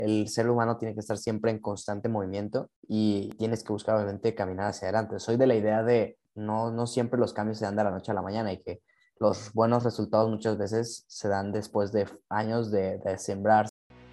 El ser humano tiene que estar siempre en constante movimiento y tienes que buscar obviamente caminar hacia adelante. Soy de la idea de no siempre los cambios se dan de la noche a la mañana y que los buenos resultados muchas veces se dan después de años de sembrar.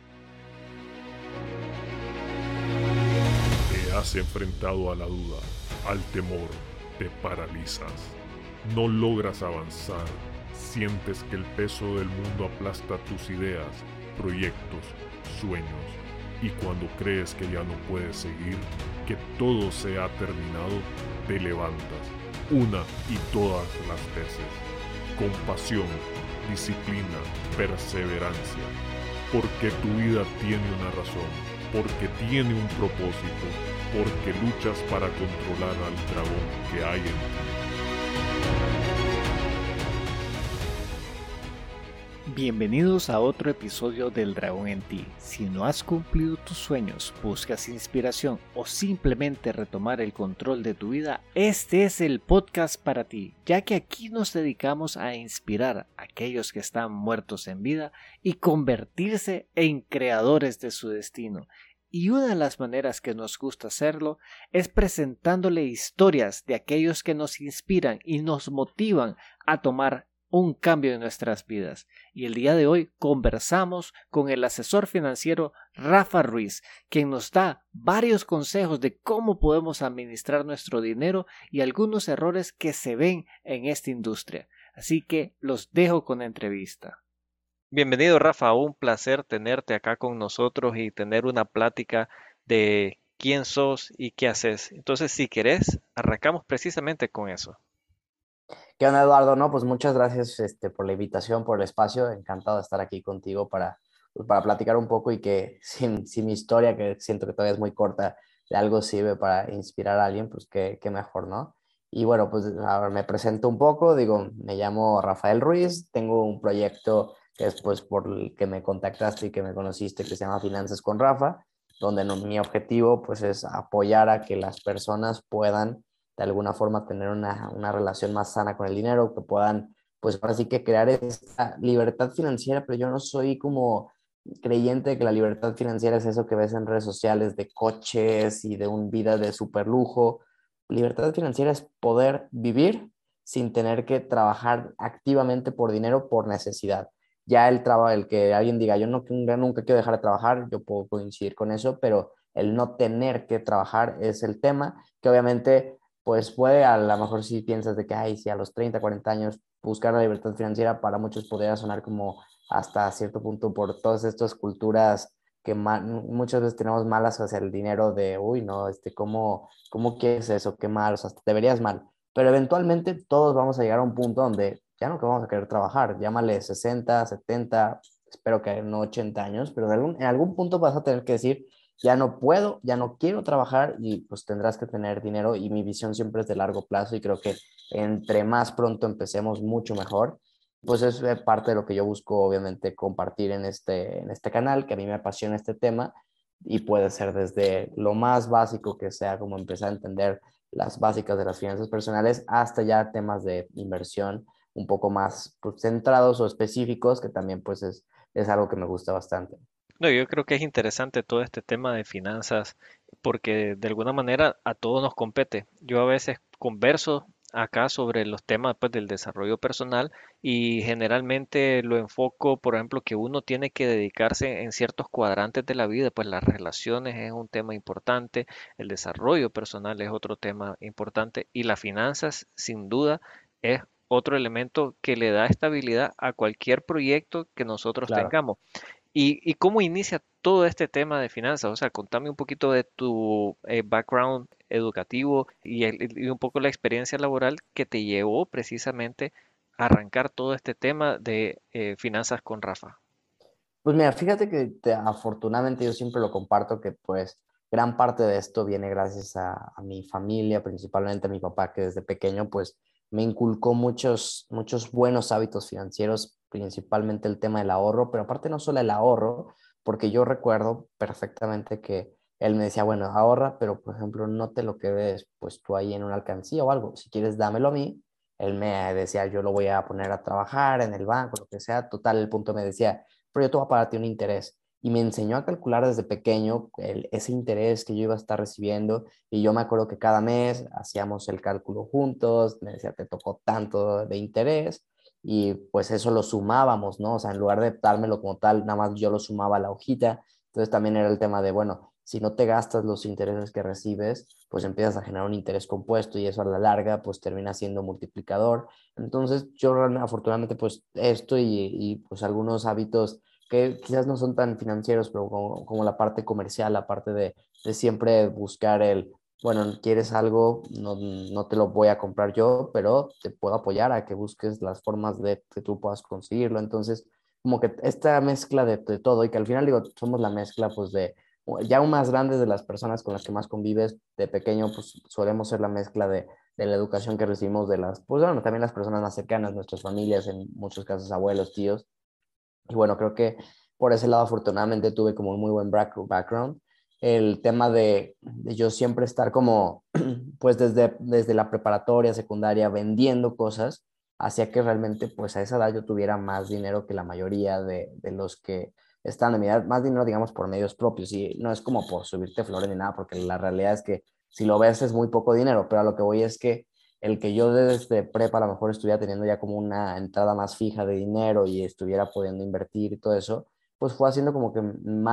Te has enfrentado a la duda, al temor, te paralizas. No logras avanzar, sientes que el peso del mundo aplasta tus ideas, proyectos, sueños. Y cuando crees que ya no puedes seguir, que todo se ha terminado, te levantas, una y todas las veces. Con pasión, disciplina, perseverancia. Porque tu vida tiene una razón, porque tiene un propósito, porque luchas para controlar al dragón que hay en ti. Bienvenidos a otro episodio del Dragón en Ti. Si no has cumplido tus sueños, buscas inspiración o simplemente retomar el control de tu vida, este es el podcast para ti, ya que aquí nos dedicamos a inspirar a aquellos que están muertos en vida y convertirse en creadores de su destino. Y una de las maneras que nos gusta hacerlo es presentándole historias de aquellos que nos inspiran y nos motivan a tomar un cambio en nuestras vidas. Y el día de hoy conversamos con el asesor financiero Rafa Ruiz, quien nos da varios consejos de cómo podemos administrar nuestro dinero y algunos errores que se ven en esta industria. Así que los dejo con la entrevista. Bienvenido, Rafa, un placer tenerte acá con nosotros y tener una plática de quién sos y qué haces. Entonces, si querés, arrancamos precisamente con eso. ¿Qué onda, Eduardo? No, pues muchas gracias por la invitación, por el espacio. Encantado de estar aquí contigo para platicar un poco y que si mi historia, que siento que todavía es muy corta, de algo sirve para inspirar a alguien, pues qué mejor, ¿no? Y bueno, pues a ver, me presento un poco. Digo, me llamo Rafael Ruiz, tengo un proyecto que es pues por el que me contactaste y que me conociste, que se llama Finanzas con Rafa, donde mi objetivo pues es apoyar a que las personas puedan de alguna forma tener una relación más sana con el dinero, que puedan, pues ahora sí que crear esta libertad financiera, pero yo no soy como creyente de que la libertad financiera es eso que ves en redes sociales de coches y de una vida de super lujo. Libertad financiera es poder vivir sin tener que trabajar activamente por dinero, por necesidad. Ya el que alguien diga, yo nunca quiero dejar de trabajar, yo puedo coincidir con eso, pero el no tener que trabajar es el tema, que obviamente pues puede, a lo mejor si piensas de que, ay, si a los 30 40 años buscar la libertad financiera para muchos podría sonar como hasta cierto punto por todas estas culturas que muchas veces tenemos malas hacia el dinero de, uy, no, ¿cómo quieres eso? Qué mal, o sea, te verías mal. Pero eventualmente todos vamos a llegar a un punto donde ya no que vamos a querer trabajar, llámale 60 70 espero que no 80 años, pero en algún punto vas a tener que decir, ya no puedo, ya no quiero trabajar y pues tendrás que tener dinero y mi visión siempre es de largo plazo y creo que entre más pronto empecemos mucho mejor. Pues es parte de lo que yo busco obviamente compartir en este canal, que a mí me apasiona este tema y puede ser desde lo más básico que sea como empezar a entender las básicas de las finanzas personales hasta ya temas de inversión un poco más pues, centrados o específicos, que también pues es algo que me gusta bastante. No, yo creo que es interesante todo este tema de finanzas porque de alguna manera a todos nos compete. Yo a veces converso acá sobre los temas pues, del desarrollo personal y generalmente lo enfoco, por ejemplo, que uno tiene que dedicarse en ciertos cuadrantes de la vida, pues las relaciones es un tema importante, el desarrollo personal es otro tema importante y las finanzas sin duda es otro elemento que le da estabilidad a cualquier proyecto que nosotros Claro. tengamos. ¿Y cómo inicia todo este tema de finanzas? O sea, contame un poquito de tu background educativo y un poco la experiencia laboral que te llevó precisamente a arrancar todo este tema de finanzas con Rafa. Pues mira, fíjate que afortunadamente yo siempre lo comparto que pues gran parte de esto viene gracias a mi familia, principalmente a mi papá, que desde pequeño pues me inculcó muchos buenos hábitos financieros, principalmente el tema del ahorro, pero aparte no solo el ahorro, porque yo recuerdo perfectamente que él me decía, bueno, ahorra, pero por ejemplo no te lo quedes pues tú ahí en una alcancía o algo, si quieres dámelo a mí. Él me decía, yo lo voy a poner a trabajar en el banco, lo que sea. Total, el punto me decía, pero yo te voy a pagarte un interés. y me enseñó a calcular desde pequeño ese interés que yo iba a estar recibiendo. Y yo me acuerdo que cada mes hacíamos el cálculo juntos, me decía, te tocó tanto de interés, y pues eso lo sumábamos, ¿no? O sea, en lugar de dármelo como tal, nada más yo lo sumaba a la hojita. Entonces también era el tema de, bueno, si no te gastas los intereses que recibes, pues empiezas a generar un interés compuesto y eso a la larga pues termina siendo multiplicador. Entonces yo afortunadamente pues esto y pues algunos hábitos que quizás no son tan financieros, pero como la parte comercial, la parte de siempre buscar el, bueno, quieres algo, no te lo voy a comprar yo, pero te puedo apoyar a que busques las formas de que tú puedas conseguirlo. Entonces, como que esta mezcla de todo y que al final digo, somos la mezcla pues de, ya aún más grandes de las personas con las que más convives de pequeño, pues solemos ser la mezcla de la educación que recibimos de las, pues bueno, también las personas más cercanas, nuestras familias, en muchos casos abuelos, tíos. Y bueno, creo que por ese lado afortunadamente tuve como un muy buen background. El tema de yo siempre estar como, pues desde la preparatoria, secundaria, vendiendo cosas, hacía que realmente pues a esa edad yo tuviera más dinero que la mayoría de los que están de mi edad, más dinero digamos por medios propios. Y no es como por subirte flores ni nada, porque la realidad es que si lo ves es muy poco dinero, pero a lo que voy es que el que yo desde prepa a lo mejor estuviera teniendo ya como una entrada más fija de dinero y estuviera pudiendo invertir y todo eso, pues fue haciendo como que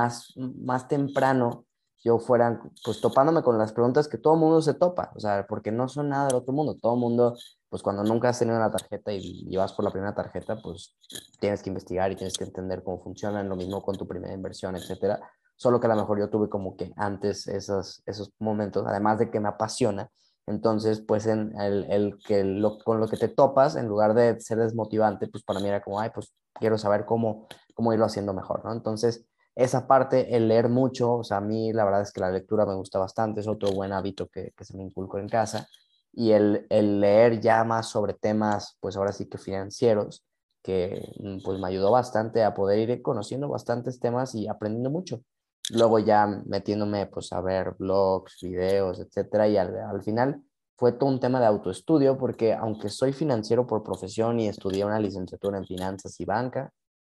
más temprano yo fuera pues topándome con las preguntas que todo mundo se topa, o sea, porque no son nada del otro mundo, todo mundo, pues cuando nunca has tenido una tarjeta y vas por la primera tarjeta, pues tienes que investigar y tienes que entender cómo funcionan, lo mismo con tu primera inversión, etcétera. Solo que a lo mejor yo tuve como que antes esos momentos, además de que me apasiona, entonces, pues en el que con lo que te topas, en lugar de ser desmotivante, pues para mí era como, ay, pues quiero saber cómo irlo haciendo mejor, ¿no? Entonces, esa parte, el leer mucho, o sea, a mí la verdad es que la lectura me gusta bastante, es otro buen hábito que se me inculcó en casa. Y el leer ya más sobre temas, pues ahora sí que financieros, que pues me ayudó bastante a poder ir conociendo bastantes temas y aprendiendo mucho. Luego ya metiéndome pues a ver blogs, videos, etcétera, y al final fue todo un tema de autoestudio porque aunque soy financiero por profesión y estudié una licenciatura en finanzas y banca,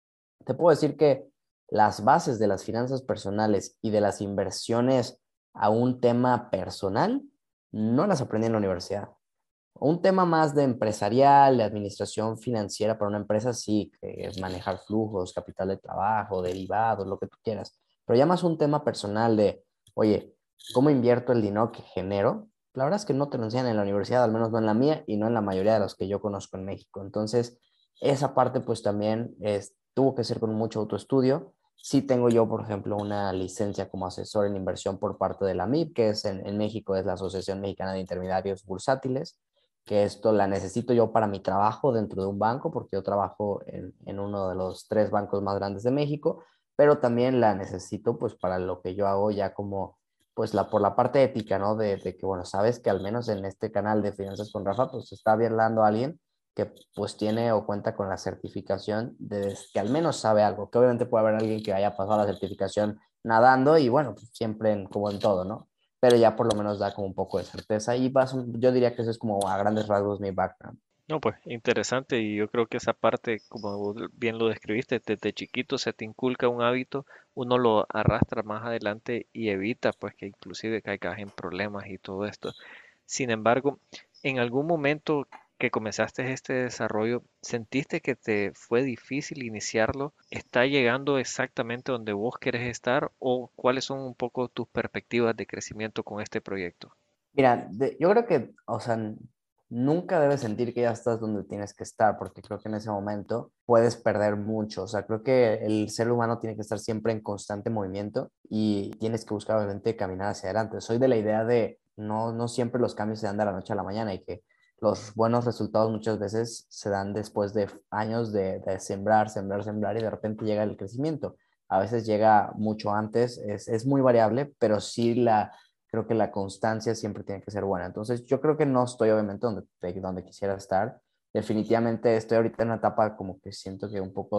te puedo decir que las bases de las finanzas personales y de las inversiones a un tema personal no las aprendí en la universidad. Un tema más de empresarial, de administración financiera para una empresa, sí, que es manejar flujos, capital de trabajo, derivados, lo que tú quieras. Pero ya más un tema personal de, oye, ¿cómo invierto el dinero que genero? La verdad es que no te lo enseñan en la universidad, al menos no en la mía y no en la mayoría de los que yo conozco en México. Entonces, esa parte pues también tuvo que ser con mucho autoestudio. Sí tengo yo, por ejemplo, una licencia como asesor en inversión por parte de la MIB, que es en México, es la Asociación Mexicana de Intermediarios Bursátiles, que esto la necesito yo para mi trabajo dentro de un banco, porque yo trabajo en uno de los tres bancos más grandes de México, pero también la necesito pues para lo que yo hago ya como, pues por la parte ética, ¿no? De que, bueno, sabes que al menos en este canal de Finanzas con Rafa, pues está hablando a alguien que pues tiene o cuenta con la certificación de que al menos sabe algo, que obviamente puede haber alguien que haya pasado la certificación nadando y bueno, pues siempre como en todo, ¿no? Pero ya por lo menos da como un poco de certeza y yo diría que eso es como a grandes rasgos mi background. No, pues interesante y yo creo que esa parte, como vos bien lo describiste, desde chiquito se te inculca un hábito, uno lo arrastra más adelante y evita pues que inclusive caigas en problemas y todo esto. Sin embargo, en algún momento que comenzaste este desarrollo, ¿sentiste que te fue difícil iniciarlo? ¿Está llegando exactamente donde vos querés estar o cuáles son un poco tus perspectivas de crecimiento con este proyecto? Mira, yo creo que, o sea, nunca debes sentir que ya estás donde tienes que estar, porque creo que en ese momento puedes perder mucho. O sea, creo que el ser humano tiene que estar siempre en constante movimiento y tienes que buscar, obviamente, caminar hacia adelante. Soy de la idea de no siempre los cambios se dan de la noche a la mañana y que los buenos resultados muchas veces se dan después de años de sembrar, sembrar, sembrar y de repente llega el crecimiento. A veces llega mucho antes, es muy variable, pero sí creo que la constancia siempre tiene que ser buena. Entonces, yo creo que no estoy obviamente donde quisiera estar. Definitivamente estoy ahorita en una etapa como que siento que un poco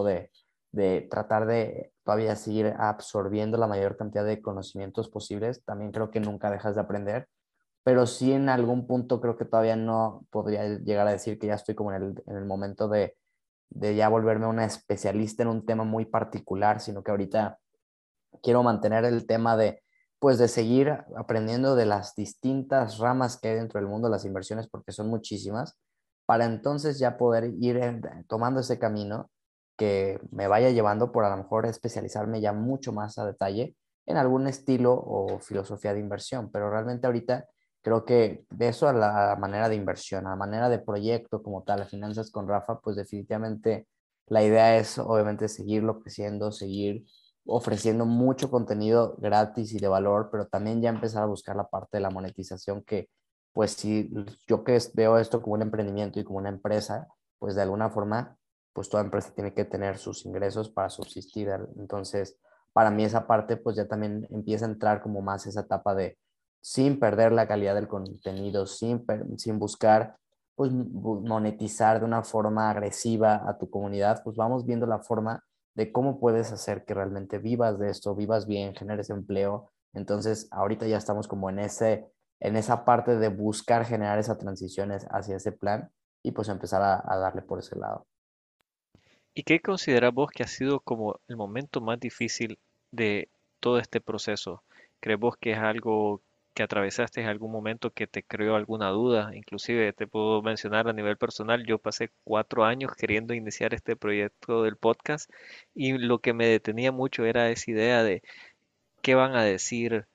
de tratar de todavía seguir absorbiendo la mayor cantidad de conocimientos posibles. También creo que nunca dejas de aprender, pero sí en algún punto creo que todavía no podría llegar a decir que ya estoy como en el momento de ya volverme una especialista en un tema muy particular, sino que ahorita quiero mantener el tema de, pues, de seguir aprendiendo de las distintas ramas que hay dentro del mundo de las inversiones, porque son muchísimas, para entonces ya poder ir tomando ese camino que me vaya llevando por a lo mejor especializarme ya mucho más a detalle en algún estilo o filosofía de inversión. Pero realmente ahorita creo que de eso a la manera de inversión, a la manera de proyecto como tal, a finanzas con Rafa, pues definitivamente la idea es obviamente seguirlo creciendo, seguir ofreciendo mucho contenido gratis y de valor, pero también ya empezar a buscar la parte de la monetización que, pues si yo que veo esto como un emprendimiento y como una empresa, pues de alguna forma, pues toda empresa tiene que tener sus ingresos para subsistir. Entonces, para mí esa parte, pues ya también empieza a entrar como más esa etapa de, sin perder la calidad del contenido, sin buscar pues monetizar de una forma agresiva a tu comunidad, pues vamos viendo la forma de cómo puedes hacer que realmente vivas de esto, vivas bien, generes empleo. Entonces, ahorita ya estamos como en esa parte de buscar generar esas transiciones hacia ese plan y pues empezar a darle por ese lado. ¿Y qué consideras vos que ha sido como el momento más difícil de todo este proceso? ¿Crees vos que es algo que atravesaste en algún momento que te creó alguna duda? Inclusive te puedo mencionar a nivel personal, yo pasé 4 años queriendo iniciar este proyecto del podcast y lo que me detenía mucho era esa idea de qué van a decir,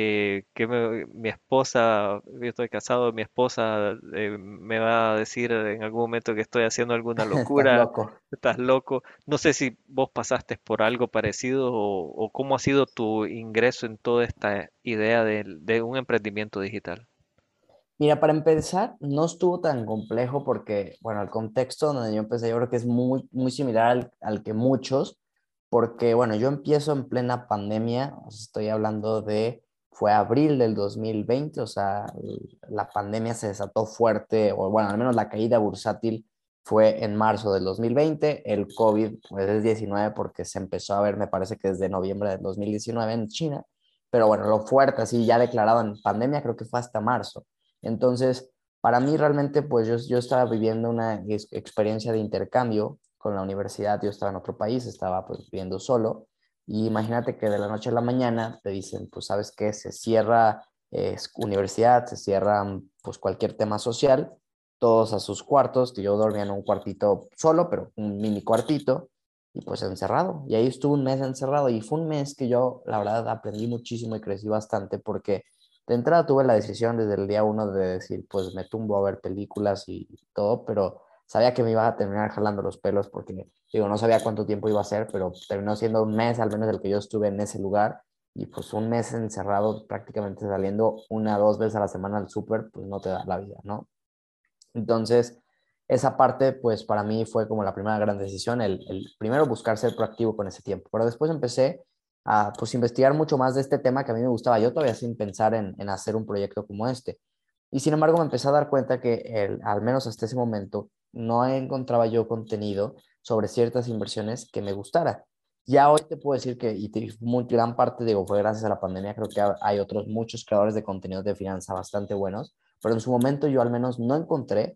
mi esposa, yo estoy casado, mi esposa me va a decir en algún momento que estoy haciendo alguna Estás locura, loco. estás loco. No sé si vos pasaste por algo parecido o cómo ha sido tu ingreso en toda esta idea de un emprendimiento digital. Mira, para empezar, no estuvo tan complejo porque, bueno, el contexto donde yo empecé, yo creo que es muy similar al que muchos, porque, bueno, yo empiezo en plena pandemia, o sea, estoy hablando de, fue abril del 2020, o sea, la pandemia se desató fuerte, o bueno, al menos la caída bursátil fue en marzo del 2020, el COVID, pues es 19 porque se empezó a ver, me parece que desde noviembre del 2019 en China, pero bueno, lo fuerte, así ya declarado en pandemia, creo que fue hasta marzo. Entonces, para mí realmente, pues yo estaba viviendo una experiencia de intercambio con la universidad, yo estaba en otro país, estaba pues viviendo solo, y imagínate que de la noche a la mañana te dicen, pues sabes qué, se cierra universidad, se cierra pues cualquier tema social, todos a sus cuartos, que yo dormía en un cuartito solo, pero un mini cuartito, y pues encerrado, y ahí estuve un mes encerrado, y fue un mes que yo, la verdad, aprendí muchísimo y crecí bastante porque de entrada tuve la decisión desde el día uno de decir, pues me tumbo a ver películas y todo, pero sabía que me iba a terminar jalando los pelos porque, digo, no sabía cuánto tiempo iba a ser, pero terminó siendo un mes al menos el que yo estuve en ese lugar y pues un mes encerrado prácticamente saliendo 1 o 2 veces a la semana al súper, pues no te da la vida, ¿no? Entonces, esa parte, pues para mí fue como la primera gran decisión, el primero buscar ser proactivo con ese tiempo, pero después empecé a pues investigar mucho más de este tema que a mí me gustaba, yo todavía sin pensar en hacer un proyecto como este. Y sin embargo me empecé a dar cuenta que al menos hasta ese momento no encontraba yo contenido sobre ciertas inversiones que me gustara. Ya hoy te puedo decir que, y muy gran parte, digo, fue gracias a la pandemia, creo que hay otros muchos creadores de contenido de finanza bastante buenos, pero en su momento yo al menos no encontré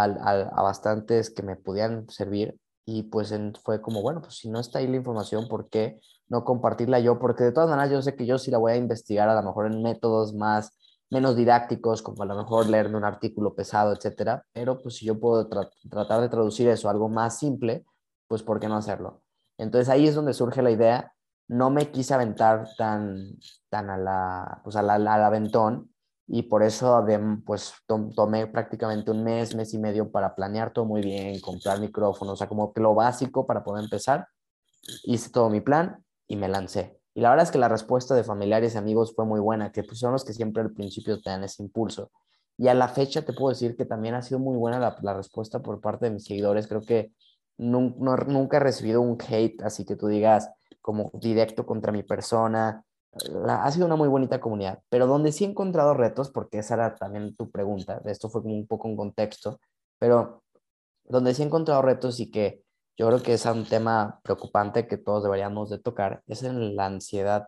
a bastantes que me podían servir y pues fue como, bueno, pues si no está ahí la información, ¿por qué no compartirla yo? Porque de todas maneras yo sé que yo sí la voy a investigar a lo mejor en métodos menos didácticos, como a lo mejor leerme un artículo pesado, etcétera, pero pues si yo puedo tratar de traducir eso a algo más simple, pues ¿por qué no hacerlo? Entonces ahí es donde surge la idea. No me quise aventar tan pues al aventón, y por eso pues tomé prácticamente un mes y medio para planear todo muy bien, comprar micrófonos, o sea, como que lo básico para poder empezar. Hice todo mi plan y me lancé. Y la verdad es que la respuesta de familiares y amigos fue muy buena, que pues son los que siempre al principio te dan ese impulso. Y a la fecha te puedo decir que también ha sido muy buena la respuesta por parte de mis seguidores. Creo que nunca he recibido un hate, así que tú digas como directo contra mi persona. Ha sido una muy bonita comunidad, pero donde sí he encontrado retos, porque esa era también tu pregunta, esto fue como un poco un contexto, pero donde sí he encontrado retos y que yo creo que es un tema preocupante que todos deberíamos de tocar, es en la ansiedad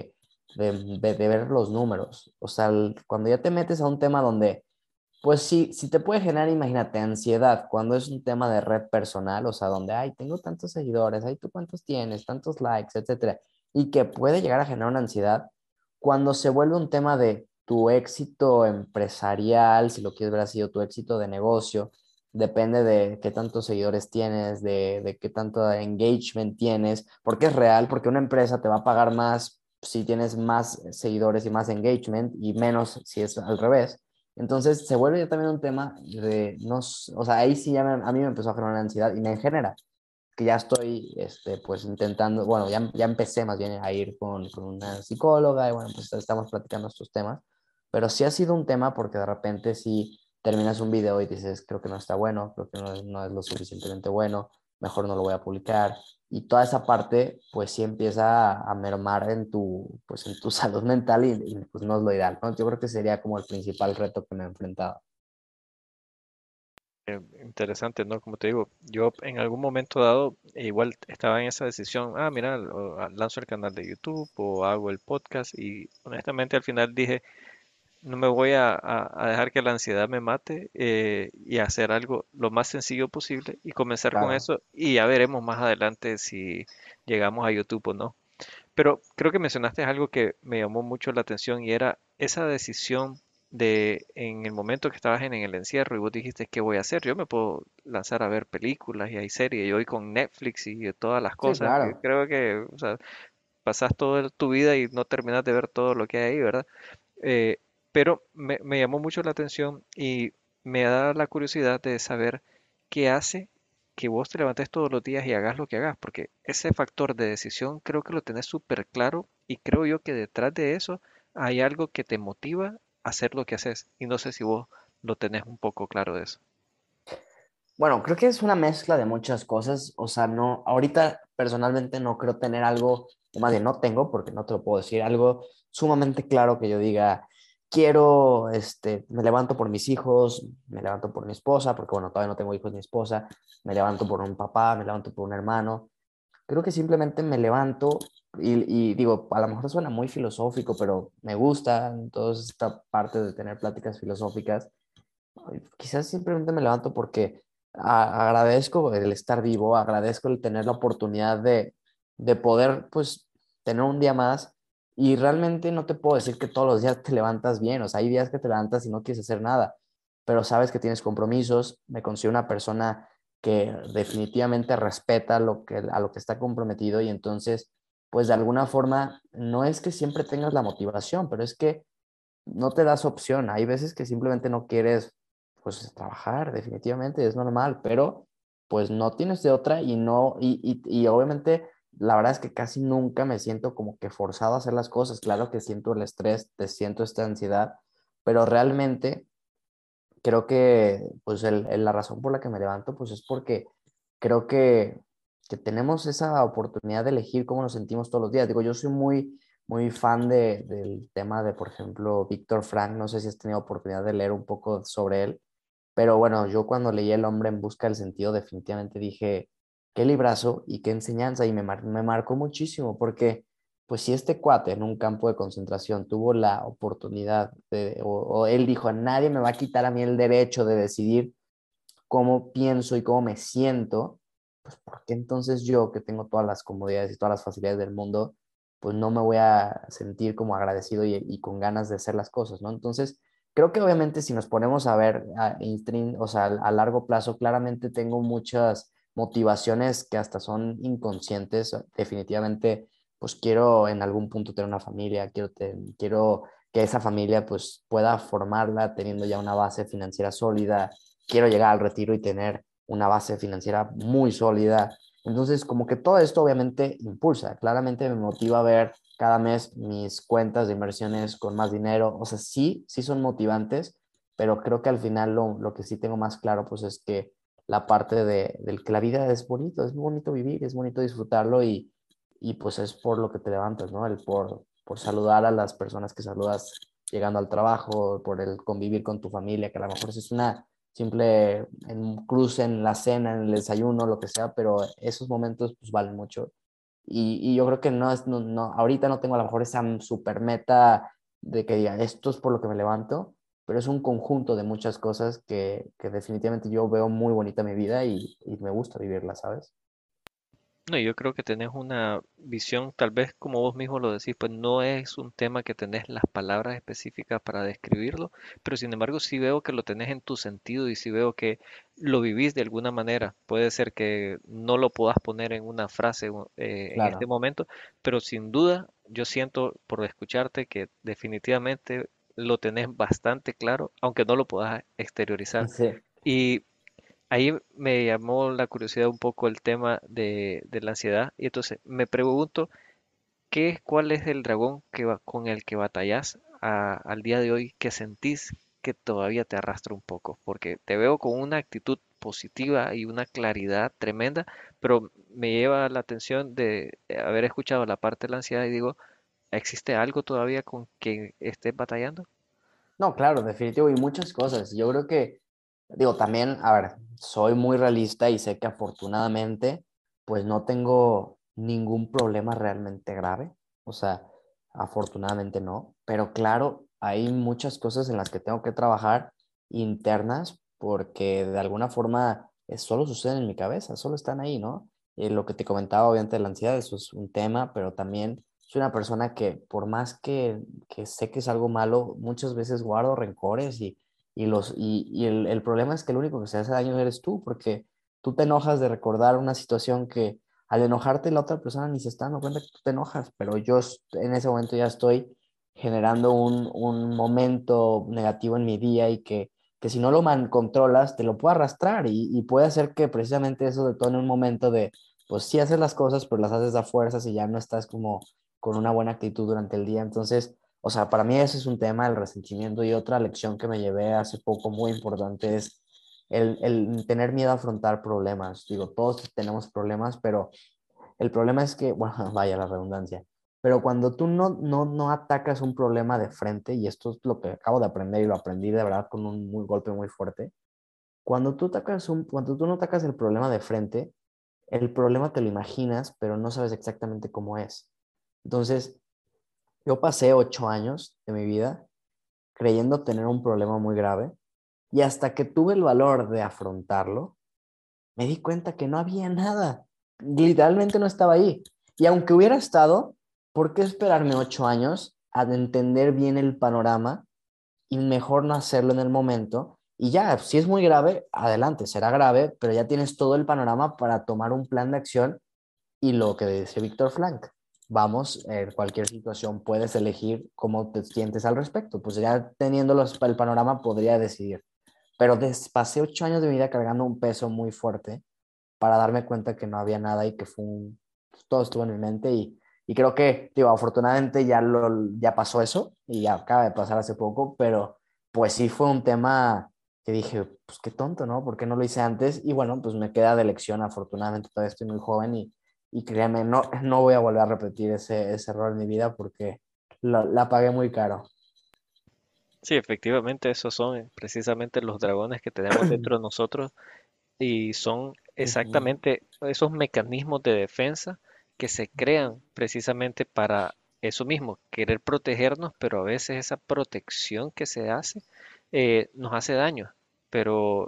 de ver los números. O sea, cuando ya te metes a un tema donde, pues sí, sí te puede generar, imagínate, ansiedad, cuando es un tema de red personal, o sea, donde, ay, tengo tantos seguidores, ay, ¿tú cuántos tienes? Tantos likes, etcétera. y que puede llegar a generar una ansiedad cuando se vuelve un tema de tu éxito empresarial, si lo quieres ver así, o tu éxito de negocio, depende de qué tantos seguidores tienes, de qué tanto engagement tienes, porque es real, porque una empresa te va a pagar más si tienes más seguidores y más engagement y menos si es al revés. Entonces se vuelve ya también un tema de, no, o sea, ahí sí a mí me empezó a generar ansiedad y me genera que ya estoy, pues intentando, bueno, ya empecé más bien a ir con una psicóloga y bueno, pues estamos platicando estos temas, pero sí ha sido un tema porque de repente si terminas un video y dices, creo que no está bueno, creo que no es lo suficientemente bueno, mejor no lo voy a publicar. Y toda esa parte, pues sí empieza a mermar pues en tu salud mental y pues no es lo ideal, ¿no? Yo creo que sería como el principal reto que me he enfrentado. Interesante, ¿no? Como te digo, yo en algún momento dado igual estaba en esa decisión, mira, lanzo el canal de YouTube o hago el podcast y honestamente al final dije, no me voy a dejar que la ansiedad me mate y hacer algo lo más sencillo posible y comenzar con Claro. eso y ya veremos más adelante si llegamos a YouTube o no. Pero creo que mencionaste algo que me llamó mucho la atención y era esa decisión de en el momento que estabas en el encierro y vos dijiste, ¿qué voy a hacer? Yo me puedo lanzar a ver películas y hay series y hoy con Netflix y todas las Sí, cosas que claro. creo que, o sea, pasas toda tu vida y no terminas de ver todo lo que hay ahí, ¿verdad? Eh, pero me llamó mucho la atención y me da la curiosidad de saber qué hace que vos te levantes todos los días y hagas lo que hagas, porque ese factor de decisión creo que lo tenés súper claro y creo yo que detrás de eso hay algo que te motiva a hacer lo que haces y no sé si vos lo tenés un poco claro de eso. Bueno, creo que es una mezcla de muchas cosas. O sea, no, ahorita personalmente no creo tener algo, o más bien no tengo, porque no te lo puedo decir, algo sumamente claro que yo diga, quiero, me levanto por mis hijos, me levanto por mi esposa, porque bueno, todavía no tengo hijos ni esposa, me levanto por un papá, me levanto por un hermano. Creo que simplemente me levanto y digo, a lo mejor suena muy filosófico, pero me gusta toda esta parte de tener pláticas filosóficas. Quizás simplemente me levanto porque agradezco el estar vivo, agradezco el tener la oportunidad de poder, pues, tener un día más y realmente no te puedo decir que todos los días te levantas bien, o sea, hay días que te levantas y no quieres hacer nada, pero sabes que tienes compromisos, me considero una persona que definitivamente respeta a lo que está comprometido y entonces, pues, de alguna forma, no es que siempre tengas la motivación, pero es que no te das opción. Hay veces que simplemente no quieres, pues, trabajar, definitivamente, es normal, pero pues no tienes de otra y no, y obviamente la verdad es que casi nunca me siento como que forzado a hacer las cosas. Claro que siento el estrés, te siento esta ansiedad, pero realmente creo que pues la razón por la que me levanto pues es porque creo que tenemos esa oportunidad de elegir cómo nos sentimos todos los días. Digo, yo soy muy fan del tema de, por ejemplo, Víctor Frank, no sé si has tenido oportunidad de leer un poco sobre él, pero bueno, yo cuando leí El hombre en busca del sentido definitivamente dije, qué librazo y qué enseñanza y me marcó muchísimo porque pues si este cuate en un campo de concentración tuvo la oportunidad o él dijo, nadie me va a quitar a mí el derecho de decidir cómo pienso y cómo me siento, pues ¿por qué entonces yo, que tengo todas las comodidades y todas las facilidades del mundo, pues no me voy a sentir como agradecido y con ganas de hacer las cosas, ¿no? Entonces, creo que obviamente si nos ponemos a ver, o sea, a largo plazo, claramente tengo muchas motivaciones que hasta son inconscientes. Definitivamente, pues quiero en algún punto tener una familia, quiero que esa familia pues pueda formarla teniendo ya una base financiera sólida, quiero llegar al retiro y tener una base financiera muy sólida. Entonces, como que todo esto obviamente impulsa, claramente me motiva a ver cada mes mis cuentas de inversiones con más dinero. O sea, sí son motivantes, pero creo que al final lo que sí tengo más claro pues es que la parte del que la vida es bonito vivir, es bonito disfrutarlo y pues es por lo que te levantas, ¿no? Por saludar a las personas que saludas llegando al trabajo, por el convivir con tu familia, que a lo mejor es una simple en un cruce, en la cena, en el desayuno, lo que sea, pero esos momentos pues valen mucho. Y yo creo que ahorita no tengo a lo mejor esa super meta de que diga, esto es por lo que me levanto, pero es un conjunto de muchas cosas que definitivamente yo veo muy bonita mi vida y me gusta vivirla, ¿sabes? No, yo creo que tenés una visión, tal vez como vos mismo lo decís, pues no es un tema que tenés las palabras específicas para describirlo, pero sin embargo sí veo que lo tenés en tu sentido y sí veo que lo vivís de alguna manera. Puede ser que no lo puedas poner en una frase en este Claro. momento, pero sin duda yo siento por escucharte que definitivamente lo tenés bastante claro, aunque no lo puedas exteriorizar. Sí. Y ahí me llamó la curiosidad un poco el tema de la ansiedad y entonces me pregunto cuál es el dragón con el que batallas al día de hoy que sentís que todavía te arrastra un poco, porque te veo con una actitud positiva y una claridad tremenda, pero me lleva la atención de haber escuchado la parte de la ansiedad y digo, ¿existe algo todavía con que estés batallando? No, claro, definitivo, y muchas cosas. Yo creo que, digo, también, a ver, soy muy realista y sé que afortunadamente, pues no tengo ningún problema realmente grave. O sea, afortunadamente no. Pero claro, hay muchas cosas en las que tengo que trabajar internas porque de alguna forma solo suceden en mi cabeza, solo están ahí, ¿no? Lo que te comentaba, obviamente, de la ansiedad, eso es un tema, pero también soy una persona que por más que sé que es algo malo, muchas veces guardo rencores y el problema es que el único que se hace daño eres tú, porque tú te enojas de recordar una situación que al enojarte la otra persona ni se está dando cuenta que tú te enojas, pero en ese momento ya estoy generando un momento negativo en mi día y que si no lo controlas, te lo puede arrastrar y puede hacer que precisamente eso detone un momento de, pues sí haces las cosas, pero las haces a fuerzas y ya no estás como con una buena actitud durante el día. Entonces, o sea, para mí ese es un tema, el resentimiento. Y otra lección que me llevé hace poco muy importante es el tener miedo a afrontar problemas. Digo, todos tenemos problemas, pero el problema es que, bueno, vaya la redundancia, pero cuando tú no atacas un problema de frente, y esto es lo que acabo de aprender y lo aprendí de verdad con un golpe muy fuerte, cuando tú no atacas el problema de frente, el problema te lo imaginas, pero no sabes exactamente cómo es. Entonces, yo pasé 8 años de mi vida creyendo tener un problema muy grave y hasta que tuve el valor de afrontarlo, me di cuenta que no había nada. Literalmente no estaba ahí. Y aunque hubiera estado, ¿por qué esperarme 8 años a entender bien el panorama y mejor no hacerlo en el momento? Y ya, si es muy grave, adelante, será grave, pero ya tienes todo el panorama para tomar un plan de acción y lo que dice Víctor Frank, vamos, en cualquier situación puedes elegir cómo te sientes al respecto. Pues ya teniendo el panorama podría decidir. Pero pasé 8 años de mi vida cargando un peso muy fuerte para darme cuenta que no había nada y que todo estuvo en mi mente y creo que, digo, afortunadamente ya pasó eso y ya acaba de pasar hace poco, pero pues sí fue un tema que dije, pues qué tonto, ¿no? ¿Por qué no lo hice antes? Y bueno, pues me queda de lección, afortunadamente todavía estoy muy joven y créanme, no voy a volver a repetir ese error en mi vida porque la pagué muy caro. Sí, efectivamente, esos son precisamente los dragones que tenemos dentro de nosotros y son Ujú, exactamente esos mecanismos de defensa que se crean precisamente para eso mismo, querer protegernos, pero a veces esa protección que se hace nos hace daño. Pero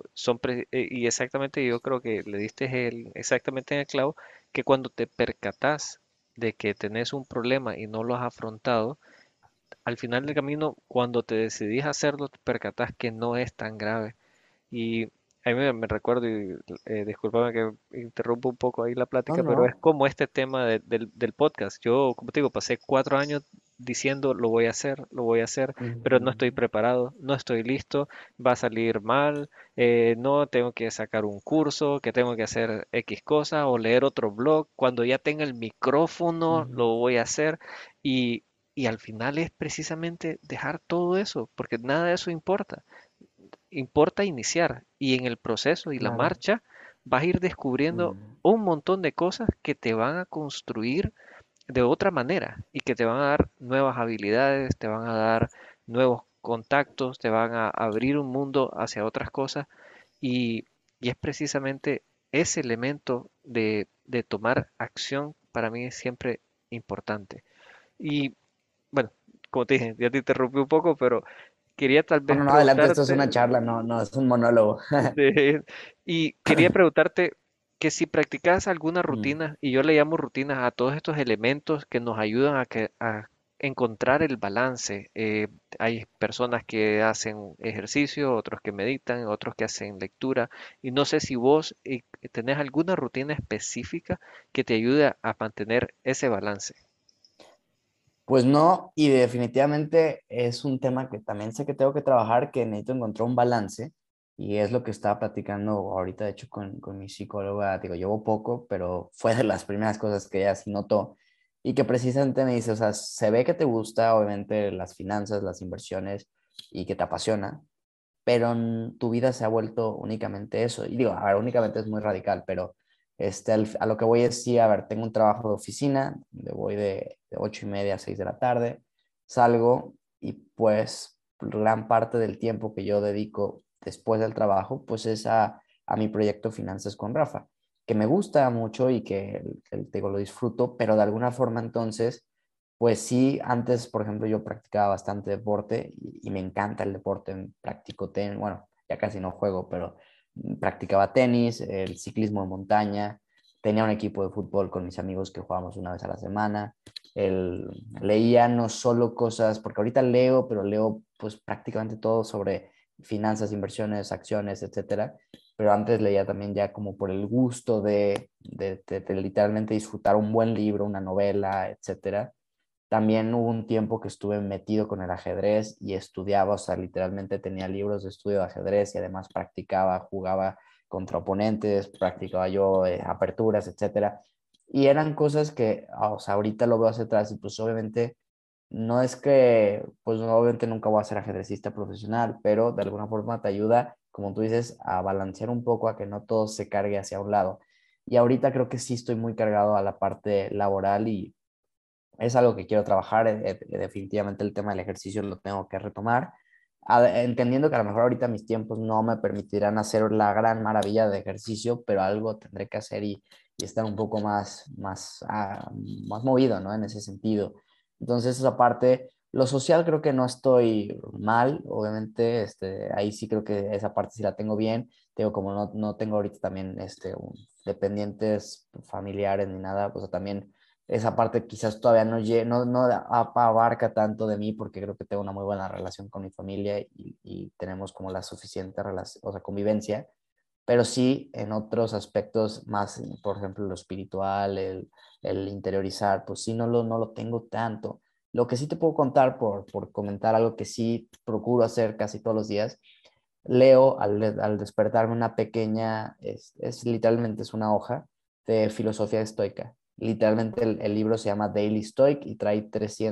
y exactamente yo creo que le diste exactamente en el clavo, que cuando te percatas de que tenés un problema y no lo has afrontado, al final del camino, cuando te decidís hacerlo, te percatas que no es tan grave. Y a mí me recuerdo, y discúlpame que interrumpo un poco ahí la no, plática, pero es no. como este tema del podcast. Yo, como te digo, pasé 4 años diciendo lo voy a hacer, pero no estoy Ujú, preparado, no estoy listo, va a salir mal, no tengo que sacar un curso, que tengo que hacer X cosa o leer otro blog. Cuando ya tenga el micrófono, ujú, lo voy a hacer. Y, y al final es precisamente dejar todo eso, porque nada de eso importa. Importa iniciar y en el proceso y la claro. marcha vas a ir descubriendo Mm, un montón de cosas que te van a construir de otra manera y que te van a dar nuevas habilidades, te van a dar nuevos contactos, te van a abrir un mundo hacia otras cosas y, y es precisamente ese elemento de tomar acción para mí es siempre importante. Y bueno, como te dije, ya te interrumpí un poco, pero quería tal no, vez no, no, adelante, esto es preguntarte. una charla, no, no, es un monólogo. Sí, y quería preguntarte, que si practicas alguna Mm. rutina, y yo le llamo rutinas a todos estos elementos que nos ayudan a encontrar el balance. Hay personas que hacen ejercicio, otros que meditan, otros que hacen lectura, y no sé si vos tenés alguna rutina específica que te ayude a mantener ese balance. Pues no, y definitivamente es un tema que también sé que tengo que trabajar, que necesito encontrar un balance, y es lo que estaba platicando ahorita, de hecho, con mi psicóloga. Digo, llevo poco, pero fue de las primeras cosas que ella sí notó, y que precisamente me dice, o sea, se ve que te gusta, obviamente, las finanzas, las inversiones, y que te apasiona, pero tu vida se ha vuelto únicamente eso. Y digo, a ver, únicamente es muy radical, pero a lo que voy es, sí, a ver, tengo un trabajo de oficina, voy de 8:30 a 6 de la tarde, salgo y pues gran parte del tiempo que yo dedico después del trabajo, pues es a mi proyecto Finanzas con Rafa, que me gusta mucho y que digo, lo disfruto, pero de alguna forma entonces pues sí, antes, por ejemplo, yo practicaba bastante deporte y me encanta el deporte. Practico tenis, bueno, ya casi no juego, pero practicaba tenis, el ciclismo de montaña, tenía un equipo de fútbol con mis amigos que jugábamos una vez a la semana. Leía no solo cosas, porque ahorita leo, pero leo pues prácticamente todo sobre finanzas, inversiones, acciones, etcétera. Pero antes leía también ya como por el gusto de literalmente disfrutar un buen libro, una novela, etcétera. También hubo un tiempo que estuve metido con el ajedrez y estudiaba, o sea, literalmente tenía libros de estudio de ajedrez y además practicaba, jugaba contra oponentes, practicaba yo aperturas, etcétera. Y eran cosas que, o sea, ahorita lo veo hacia atrás y pues obviamente no es que, pues obviamente nunca voy a ser ajedrecista profesional, pero de alguna forma te ayuda, como tú dices, a balancear un poco, a que no todo se cargue hacia un lado. Y ahorita creo que sí estoy muy cargado a la parte laboral y es algo que quiero trabajar. Definitivamente el tema del ejercicio lo tengo que retomar, entendiendo que a lo mejor ahorita mis tiempos no me permitirán hacer la gran maravilla de ejercicio, pero algo tendré que hacer y estar un poco más movido, ¿no? En ese sentido. Entonces, esa parte, lo social creo que no estoy mal, obviamente, ahí sí creo que esa parte sí la tengo bien. Tengo como no tengo ahorita también dependientes familiares ni nada, pues también esa parte quizás todavía no abarca tanto de mí porque creo que tengo una muy buena relación con mi familia y tenemos como la suficiente relación, o sea, convivencia, pero sí en otros aspectos más, por ejemplo, lo espiritual, el interiorizar, pues sí, no lo tengo tanto. Lo que sí te puedo contar por comentar algo que sí procuro hacer casi todos los días, leo al despertarme una pequeña, literalmente es una hoja de filosofía estoica. Literalmente el libro se llama Daily Stoic y trae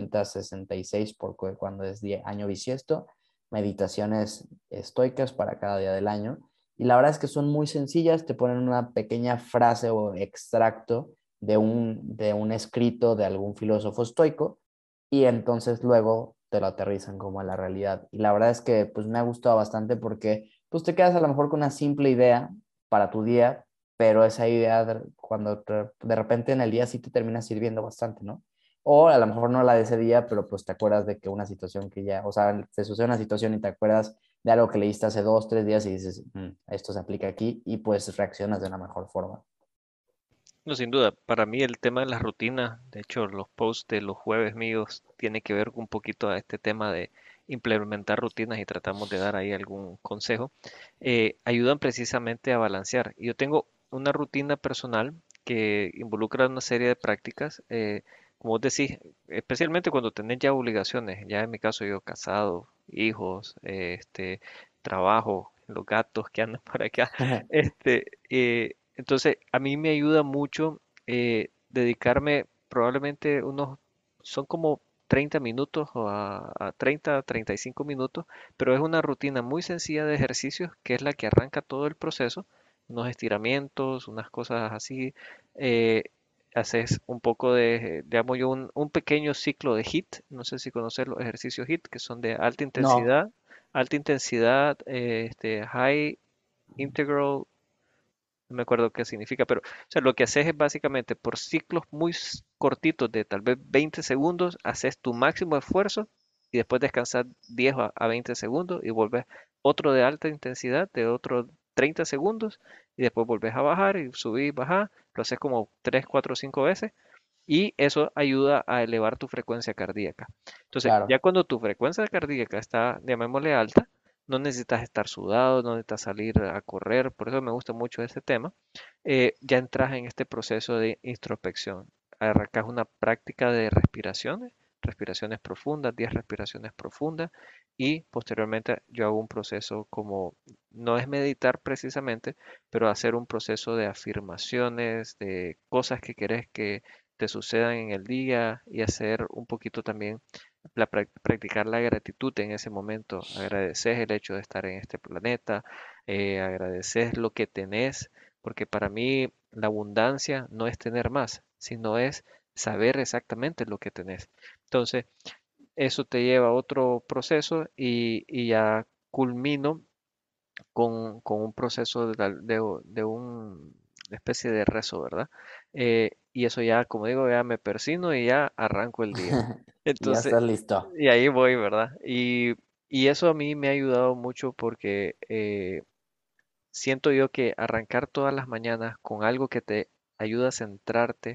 366 porque cuando es año bisiesto, meditaciones estoicas para cada día del año. Y la verdad es que son muy sencillas, te ponen una pequeña frase o extracto de un escrito de algún filósofo estoico y entonces luego te lo aterrizan como a la realidad. Y la verdad es que pues me ha gustado bastante porque pues te quedas a lo mejor con una simple idea para tu día, pero esa idea cuando de repente en el día sí te termina sirviendo bastante, ¿no? O a lo mejor no la de ese día, pero pues te acuerdas de que una situación que ya, o sea, te sucede una situación y te acuerdas de algo que leíste hace 2, 3 días y dices, esto se aplica aquí y pues reaccionas de una mejor forma. No, sin duda, para mí el tema de las rutinas, de hecho los posts de los jueves míos tiene que ver un poquito a este tema de implementar rutinas y tratamos de dar ahí algún consejo, ayudan precisamente a balancear. Yo tengo una rutina personal que involucra una serie de prácticas, como vos decís, especialmente cuando tenés ya obligaciones, ya en mi caso yo casado, hijos, trabajo, los gatos que andan por acá, entonces, a mí me ayuda mucho dedicarme probablemente son como 30 minutos o a 30, 35 minutos, pero es una rutina muy sencilla de ejercicios que es la que arranca todo el proceso, unos estiramientos, unas cosas así. eh, Haces un poco digamos yo, un pequeño ciclo de HIIT, no sé si conocer los ejercicios HIIT, que son de No, alta intensidad, high integral, no me acuerdo qué significa, pero o sea, lo que haces es básicamente por ciclos muy cortitos de tal vez 20 segundos, haces tu máximo esfuerzo y después descansas 10 a 20 segundos y vuelves otro de alta intensidad de otros 30 segundos y después volvés a bajar y subís, bajás, lo haces como 3, 4, 5 veces y eso ayuda a elevar tu frecuencia cardíaca. Entonces, ya Claro. cuando tu frecuencia cardíaca está, llamémosle alta, no necesitas estar sudado, no necesitas salir a correr, por eso me gusta mucho este tema. Ya entras en este proceso de introspección. Arrancas una práctica de respiraciones, respiraciones profundas, 10 respiraciones profundas, y posteriormente yo hago un proceso como, no es meditar precisamente, pero hacer un proceso de afirmaciones, de cosas que querés que te sucedan en el día y hacer un poquito también practicar la gratitud en ese momento. Agradeces el hecho de estar en este planeta, agradeces lo que tenés, porque para mí la abundancia no es tener más, sino es saber exactamente lo que tenés. Entonces, eso te lleva a otro proceso y ya culmino con un proceso de una especie de rezo, ¿verdad? Y eso ya, como digo, ya me persino y ya arranco el día. Y ya Entonces, estás listo. y ahí voy, ¿verdad? Y eso a mí me ha ayudado mucho porque siento yo que arrancar todas las mañanas con algo que te ayuda a centrarte,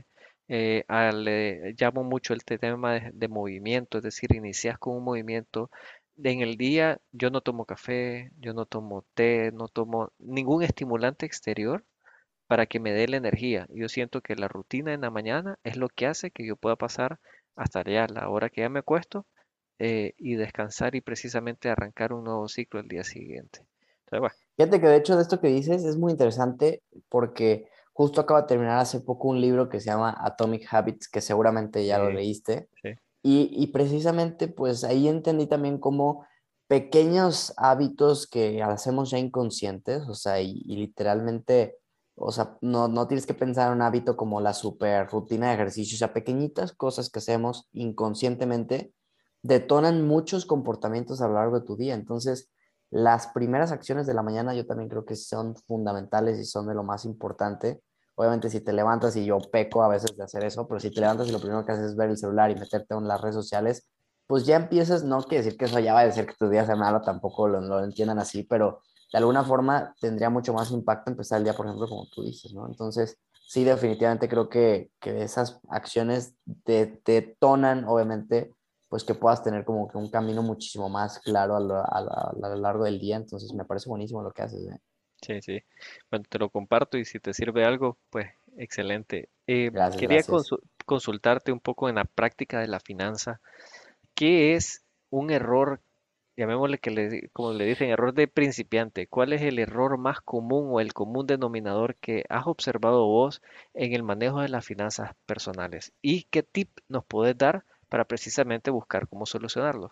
llamo mucho el tema de movimiento, es decir, inicias con un movimiento. En el día yo no tomo café, yo no tomo té, no tomo ningún estimulante exterior para que me dé la energía. Yo siento que la rutina en la mañana es lo que hace que yo pueda pasar hasta ya la hora que ya me acuesto y descansar y precisamente arrancar un nuevo ciclo el día siguiente. Entonces, bueno, Fíjate que de hecho de esto que dices es muy interesante porque justo acaba de terminar hace poco un libro que se llama Atomic Habits, que seguramente ya lo sí, leíste. sí. Y precisamente pues ahí entendí también como pequeños hábitos que hacemos ya inconscientes, o sea, y literalmente, o sea, no tienes que pensar en un hábito como la super rutina de ejercicio, o sea, pequeñitas cosas que hacemos inconscientemente detonan muchos comportamientos a lo largo de tu día. Entonces, las primeras acciones de la mañana yo también creo que son fundamentales y son de lo más importante. Obviamente si te levantas y yo peco a veces de hacer eso, pero si te levantas y lo primero que haces es ver el celular y meterte en las redes sociales, pues ya empiezas, no quiere decir que eso ya va a decir que tu día sea malo, tampoco lo entiendan así, pero de alguna forma tendría mucho más impacto empezar el día, por ejemplo, como tú dices, ¿no? Entonces, sí, definitivamente creo que esas acciones te detonan, obviamente, pues que puedas tener como que un camino muchísimo más claro a lo largo del día. Entonces, me parece buenísimo lo que haces, ¿eh? Sí, sí. Bueno, te lo comparto y si te sirve algo, pues excelente. Gracias, Quería gracias. consultarte un poco en la práctica de la finanza. ¿Qué es un error, llamémosle como le dicen, error de principiante? ¿Cuál es el error más común o el común denominador que has observado vos en el manejo de las finanzas personales? ¿Y qué tip nos podés dar para precisamente buscar cómo solucionarlo?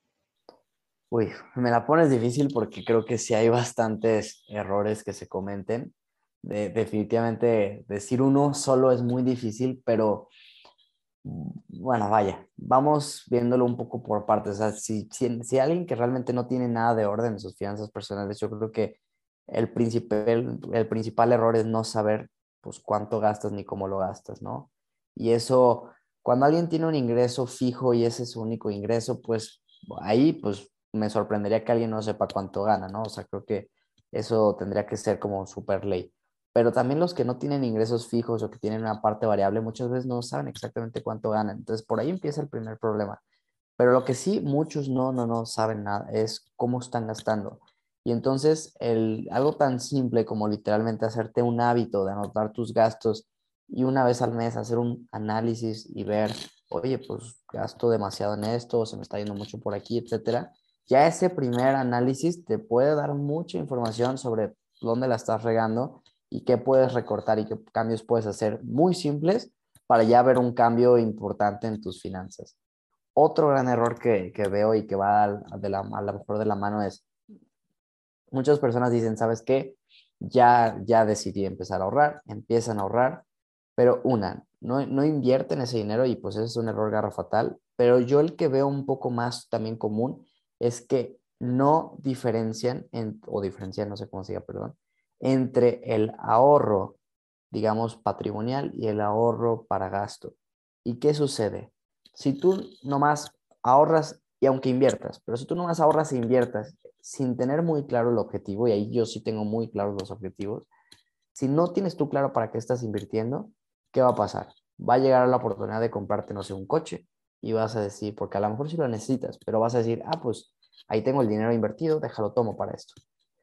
Uy, me la pones difícil porque creo que sí hay bastantes errores que se cometen. Definitivamente decir uno solo es muy difícil, pero bueno, vaya, vamos viéndolo un poco por partes. O sea, si alguien que realmente no tiene nada de orden en sus finanzas personales, yo creo que el principal error es no saber pues cuánto gastas ni cómo lo gastas, ¿no? Y eso, cuando alguien tiene un ingreso fijo y ese es su único ingreso, pues ahí pues me sorprendería que alguien no sepa cuánto gana, ¿no? O sea, creo que eso tendría que ser como super ley. Pero también los que no tienen ingresos fijos o que tienen una parte variable muchas veces no saben exactamente cuánto ganan. Entonces por ahí empieza el primer problema. Pero lo que sí muchos no saben nada es cómo están gastando. Y entonces algo tan simple como literalmente hacerte un hábito de anotar tus gastos y una vez al mes hacer un análisis y ver, oye, pues gasto demasiado en esto, se me está yendo mucho por aquí, etcétera. Ya ese primer análisis te puede dar mucha información sobre dónde la estás regando y qué puedes recortar y qué cambios puedes hacer muy simples para ya ver un cambio importante en tus finanzas. Otro gran error que veo y que va a lo mejor de la mano es, muchas personas dicen, ¿sabes qué? Ya decidí empezar a ahorrar, empiezan a ahorrar, pero no invierten ese dinero y pues ese es un error garrafal, pero yo el que veo un poco más también común es que no diferencian, o diferencian, no sé cómo se diga, perdón, entre el ahorro, digamos, patrimonial y el ahorro para gasto. ¿Y qué sucede? Si tú nomás ahorras y aunque inviertas, pero si tú nomás ahorras e inviertas sin tener muy claro el objetivo, y ahí yo sí tengo muy claros los objetivos, si no tienes tú claro para qué estás invirtiendo, ¿qué va a pasar? Va a llegar la oportunidad de comprarte, no sé, un coche y vas a decir, porque a lo mejor sí lo necesitas, pero vas a decir, pues ahí tengo el dinero invertido, déjalo tomo para esto.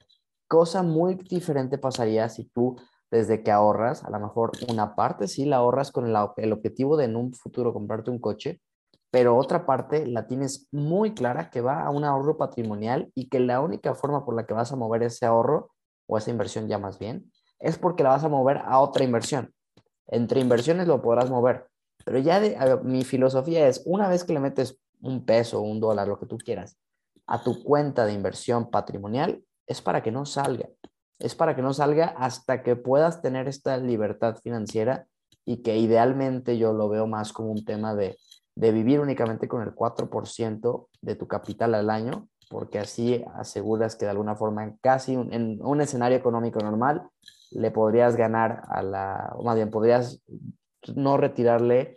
Cosa muy diferente pasaría si tú, desde que ahorras, a lo mejor una parte sí la ahorras con el objetivo de en un futuro comprarte un coche, pero otra parte la tienes muy clara que va a un ahorro patrimonial y que la única forma por la que vas a mover ese ahorro o esa inversión ya más bien es porque la vas a mover a otra inversión. Entre inversiones lo podrás mover, pero mi filosofía es una vez que le metes un peso, un dólar, lo que tú quieras, a tu cuenta de inversión patrimonial, es para que no salga. Es para que no salga hasta que puedas tener esta libertad financiera y que idealmente yo lo veo más como un tema de vivir únicamente con el 4% de tu capital al año, porque así aseguras que de alguna forma en un escenario económico normal le podrías ganar o más bien podrías no retirarle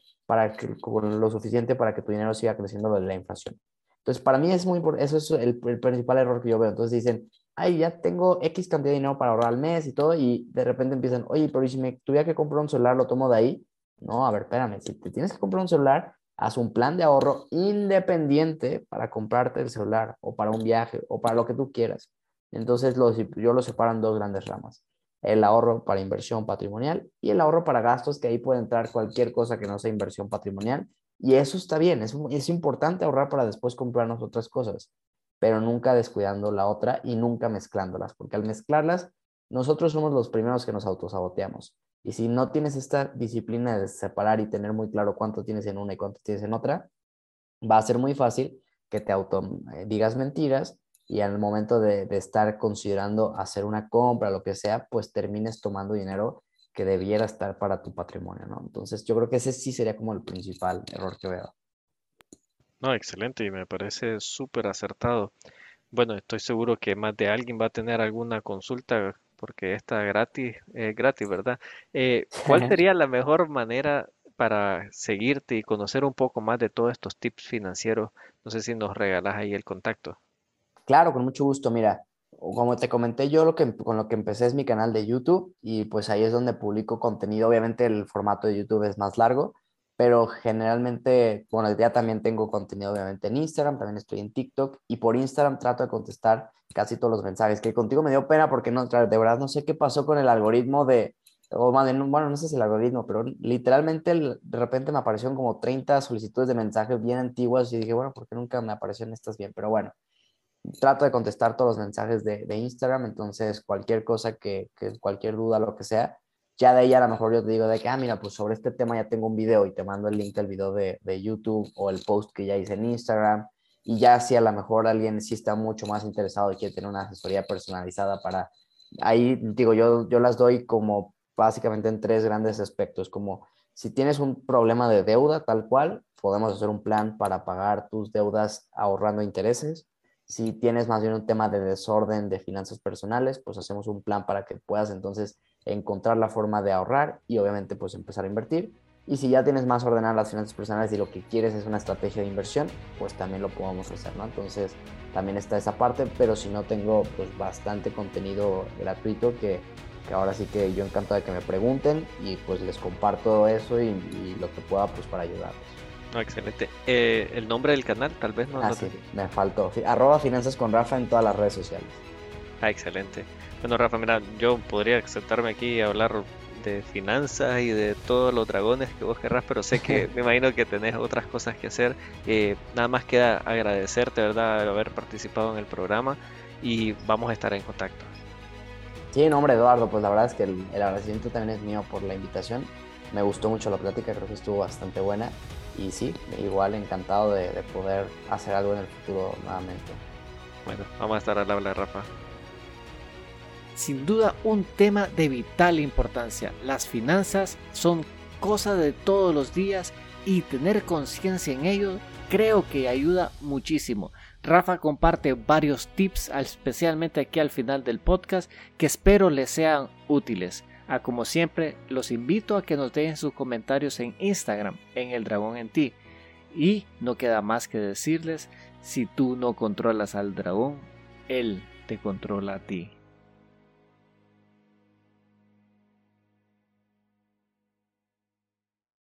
con lo suficiente para que tu dinero siga creciendo lo de la inflación. Entonces, para mí es muy importante, eso es el principal error que yo veo. Entonces dicen, ay, ya tengo X cantidad de dinero para ahorrar al mes y todo, y de repente empiezan, oye, pero si me tuviera que comprar un celular, ¿lo tomo de ahí? No, a ver, espérame, si te tienes que comprar un celular, haz un plan de ahorro independiente para comprarte el celular, o para un viaje, o para lo que tú quieras. Entonces, yo lo separo en dos grandes ramas. El ahorro para inversión patrimonial y el ahorro para gastos, que ahí puede entrar cualquier cosa que no sea inversión patrimonial. Y eso está bien, es importante ahorrar para después comprarnos otras cosas, pero nunca descuidando la otra y nunca mezclándolas, porque al mezclarlas, nosotros somos los primeros que nos autosaboteamos. Y si no tienes esta disciplina de separar y tener muy claro cuánto tienes en una y cuánto tienes en otra, va a ser muy fácil que te digas mentiras y al momento de estar considerando hacer una compra, lo que sea, pues termines tomando dinero que debiera estar para tu patrimonio, ¿no? Entonces yo creo que ese sí sería como el principal error que veo. No, excelente y me parece súper acertado. Bueno, estoy seguro que más de alguien va a tener alguna consulta porque está gratis, gratis, ¿verdad? ¿Cuál sería la mejor manera para seguirte y conocer un poco más de todos estos tips financieros? No sé si nos regalas ahí el contacto. Claro, con mucho gusto. Mira, como te comenté, con lo que empecé es mi canal de YouTube y pues ahí es donde publico contenido. Obviamente el formato de YouTube es más largo, pero generalmente, bueno, ya también tengo contenido obviamente en Instagram, también estoy en TikTok y por Instagram trato de contestar casi todos los mensajes, que contigo me dio pena porque no, de verdad no sé qué pasó con el algoritmo o más bien, bueno, no sé si el algoritmo, pero literalmente de repente me aparecieron como 30 solicitudes de mensajes bien antiguas y dije, bueno, ¿por qué nunca me aparecieron estas bien? Pero bueno, trato de contestar todos los mensajes de Instagram, entonces cualquier cosa cualquier duda, lo que sea, ya de ahí a lo mejor yo te digo de que, mira, pues sobre este tema ya tengo un video y te mando el link del video de YouTube o el post que ya hice en Instagram, y ya si a lo mejor alguien sí está mucho más interesado y quiere tener una asesoría personalizada ahí digo, yo las doy como básicamente en tres grandes aspectos, como si tienes un problema de deuda tal cual, podemos hacer un plan para pagar tus deudas ahorrando intereses. Si tienes más bien un tema de desorden de finanzas personales, pues hacemos un plan para que puedas entonces encontrar la forma de ahorrar y obviamente pues empezar a invertir. Y si ya tienes más ordenadas las finanzas personales y lo que quieres es una estrategia de inversión, pues también lo podemos hacer, ¿no? Entonces también está esa parte, pero si no tengo pues bastante contenido gratuito que ahora sí que yo encantado de que me pregunten y pues les comparto eso y lo que pueda pues para ayudarlos. No, excelente. El nombre del canal, tal vez no. Sí, me faltó. @finanzas con Rafa en todas las redes sociales. Excelente. Bueno, Rafa, mira, yo podría sentarme aquí y hablar de finanzas y de todos los dragones que vos querrás, pero sé que me imagino que tenés otras cosas que hacer. Nada más queda agradecerte, ¿verdad?, haber participado en el programa y vamos a estar en contacto. Sí, no, hombre, Eduardo, pues la verdad es que el agradecimiento también es mío por la invitación. Me gustó mucho la plática, creo que estuvo bastante buena. Y sí, igual encantado de poder hacer algo en el futuro nuevamente. Bueno, vamos a estar al habla, Rafa. Sin duda un tema de vital importancia. Las finanzas son cosa de todos los días y tener conciencia en ello creo que ayuda muchísimo. Rafa comparte varios tips, especialmente aquí al final del podcast, que espero les sean útiles. Como siempre, los invito a que nos dejen sus comentarios en Instagram, en El Dragón en Ti. Y no queda más que decirles, si tú no controlas al dragón, él te controla a ti.